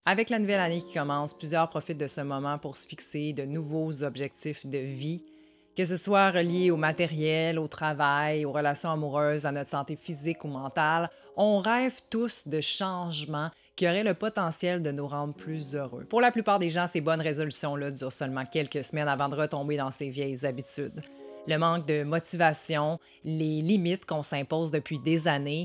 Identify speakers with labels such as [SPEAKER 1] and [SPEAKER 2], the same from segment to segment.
[SPEAKER 1] Avec la nouvelle année qui commence, plusieurs profitent de ce moment pour se fixer de nouveaux objectifs de vie, que ce soit relié au matériel, au travail, aux relations amoureuses, à notre santé physique ou mentale. On rêve tous de changements qui auraient le potentiel de nous rendre plus heureux. Pour la plupart des gens, ces bonnes résolutions-là durent seulement quelques semaines avant de retomber dans ces vieilles habitudes. Le manque de motivation, les limites qu'on s'impose depuis des années,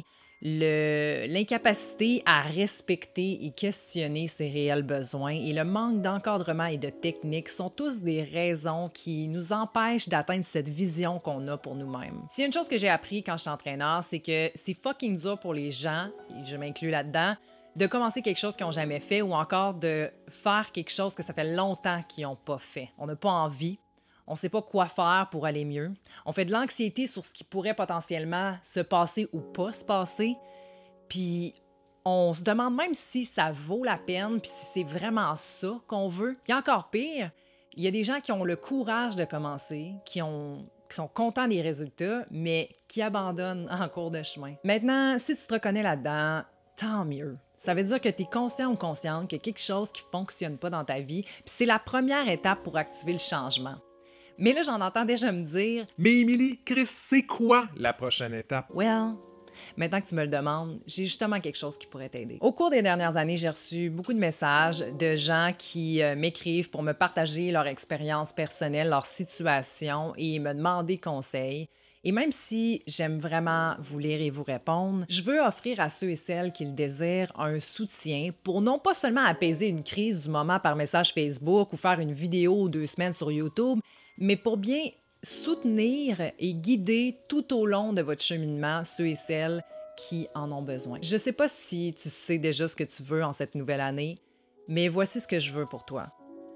[SPEAKER 1] l'incapacité à respecter et questionner ses réels besoins et le manque d'encadrement et de technique sont tous des raisons qui nous empêchent d'atteindre cette vision qu'on a pour nous-mêmes. S'il y a une chose que j'ai appris quand je suis entraîneur, c'est que c'est fucking dur pour les gens, et je m'inclus là-dedans, de commencer quelque chose qu'ils n'ont jamais fait ou encore de faire quelque chose que ça fait longtemps qu'ils n'ont pas fait. On n'a pas envie. On ne sait pas quoi faire pour aller mieux. On fait de l'anxiété sur ce qui pourrait potentiellement se passer ou pas se passer. Puis on se demande même si ça vaut la peine, puis si c'est vraiment ça qu'on veut. Puis encore pire, il y a des gens qui ont le courage de commencer, qui sont contents des résultats, mais qui abandonnent en cours de chemin. Maintenant, si tu te reconnais là-dedans, tant mieux. Ça veut dire que tu es conscient ou consciente qu'il y a quelque chose qui ne fonctionne pas dans ta vie, puis c'est la première étape pour activer le changement. Mais là, j'en entends déjà me dire
[SPEAKER 2] Mais Émilie, Chris, c'est quoi la prochaine étape?
[SPEAKER 1] well, maintenant que tu me le demandes, j'ai justement quelque chose qui pourrait t'aider. Au cours des dernières années, j'ai reçu beaucoup de messages de gens qui m'écrivent pour me partager leur expérience personnelle, leur situation et me demander conseil. Et même si j'aime vraiment vous lire et vous répondre, je veux offrir à ceux et celles qui le désirent un soutien pour non pas seulement apaiser une crise du moment par message Facebook ou faire une vidéo ou 2 semaines sur YouTube, mais pour bien soutenir et guider tout au long de votre cheminement ceux et celles qui en ont besoin. Je ne sais pas si tu sais déjà ce que tu veux en cette nouvelle année, mais voici ce que je veux pour toi.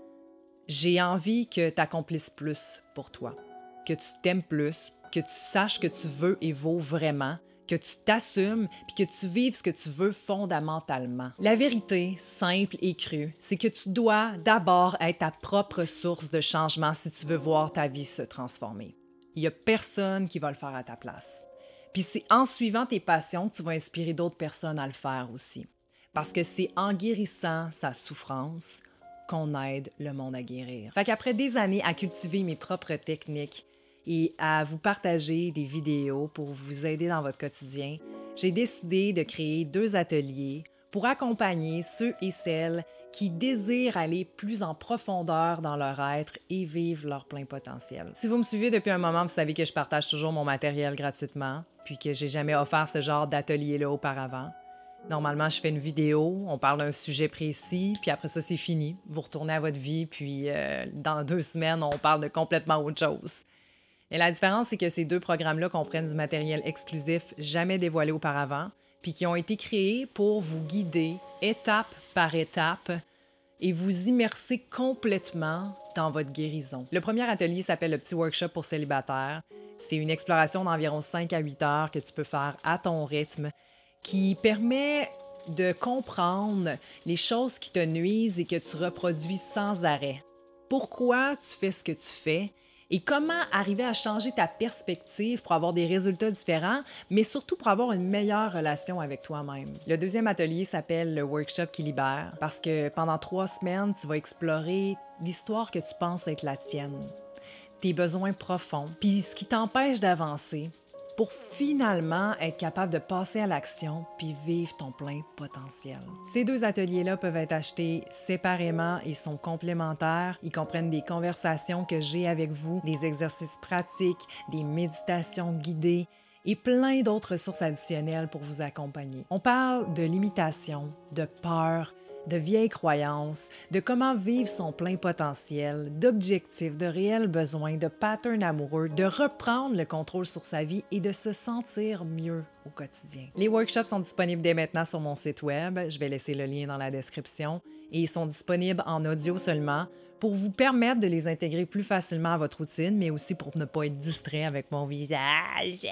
[SPEAKER 1] J'ai envie que tu accomplisses plus pour toi, que tu t'aimes plus, que tu saches que tu veux et vaux vraiment, que tu t'assumes puis que tu vives ce que tu veux fondamentalement. La vérité, simple et crue, c'est que tu dois d'abord être ta propre source de changement si tu veux voir ta vie se transformer. Il n'y a personne qui va le faire à ta place. Puis c'est en suivant tes passions que tu vas inspirer d'autres personnes à le faire aussi. Parce que c'est en guérissant sa souffrance qu'on aide le monde à guérir. Fait qu'après des années à cultiver mes propres techniques, et à vous partager des vidéos pour vous aider dans votre quotidien, j'ai décidé de créer 2 ateliers pour accompagner ceux et celles qui désirent aller plus en profondeur dans leur être et vivre leur plein potentiel. Si vous me suivez depuis un moment, vous savez que je partage toujours mon matériel gratuitement, puis que j'ai jamais offert ce genre d'atelier-là auparavant. Normalement, je fais une vidéo, on parle d'un sujet précis, puis après ça, c'est fini. Vous retournez à votre vie, puis dans 2 semaines, on parle de complètement autre chose. Et la différence, c'est que ces 2 programmes-là comprennent du matériel exclusif jamais dévoilé auparavant, puis qui ont été créés pour vous guider étape par étape et vous immerser complètement dans votre guérison. Le premier atelier s'appelle le petit workshop pour célibataires. C'est une exploration d'environ 5 à 8 heures que tu peux faire à ton rythme, qui permet de comprendre les choses qui te nuisent et que tu reproduis sans arrêt. Pourquoi tu fais ce que tu fais? Et comment arriver à changer ta perspective pour avoir des résultats différents, mais surtout pour avoir une meilleure relation avec toi-même. Le deuxième atelier s'appelle le workshop qui libère, parce que pendant 3 semaines, tu vas explorer l'histoire que tu penses être la tienne, tes besoins profonds, puis ce qui t'empêche d'avancer, pour finalement être capable de passer à l'action puis vivre ton plein potentiel. Ces 2 ateliers-là peuvent être achetés séparément et sont complémentaires. Ils comprennent des conversations que j'ai avec vous, des exercices pratiques, des méditations guidées et plein d'autres ressources additionnelles pour vous accompagner. On parle de limitation, de peur, de vieilles croyances, de comment vivre son plein potentiel, d'objectifs, de réels besoins, de patterns amoureux, de reprendre le contrôle sur sa vie et de se sentir mieux au quotidien. Les workshops sont disponibles dès maintenant sur mon site web. Je vais laisser le lien dans la description. Et ils sont disponibles en audio seulement pour vous permettre de les intégrer plus facilement à votre routine, mais aussi pour ne pas être distrait avec mon visage.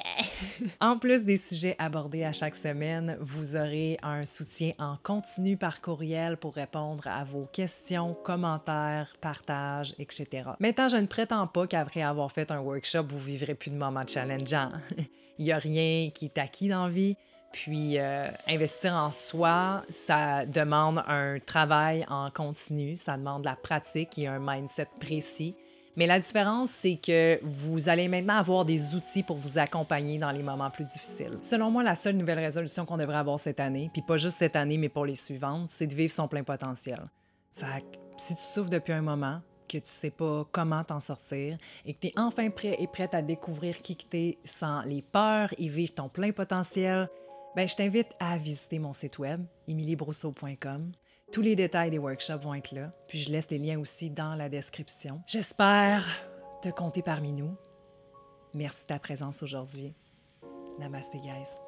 [SPEAKER 1] En plus des sujets abordés à chaque semaine, vous aurez un soutien en continu par courriel pour répondre à vos questions, commentaires, partages, etc. Maintenant, je ne prétends pas qu'après avoir fait un workshop, vous vivrez plus de moments challengeants. Il n'y a rien qui est acquis dans la vie, Puis, investir en soi, ça demande un travail en continu, ça demande de la pratique et un mindset précis. Mais la différence, c'est que vous allez maintenant avoir des outils pour vous accompagner dans les moments plus difficiles. Selon moi, la seule nouvelle résolution qu'on devrait avoir cette année, puis pas juste cette année, mais pour les suivantes, c'est de vivre son plein potentiel. Fait que si tu souffres depuis un moment, que tu sais pas comment t'en sortir et que tu es enfin prêt et prête à découvrir qui que t'es sans les peurs et vivre ton plein potentiel, ben je t'invite à visiter mon site web, emiliebrousseau.com. Tous les détails des workshops vont être là, puis je laisse les liens aussi dans la description. J'espère te compter parmi nous. Merci de ta présence aujourd'hui. Namaste, guys.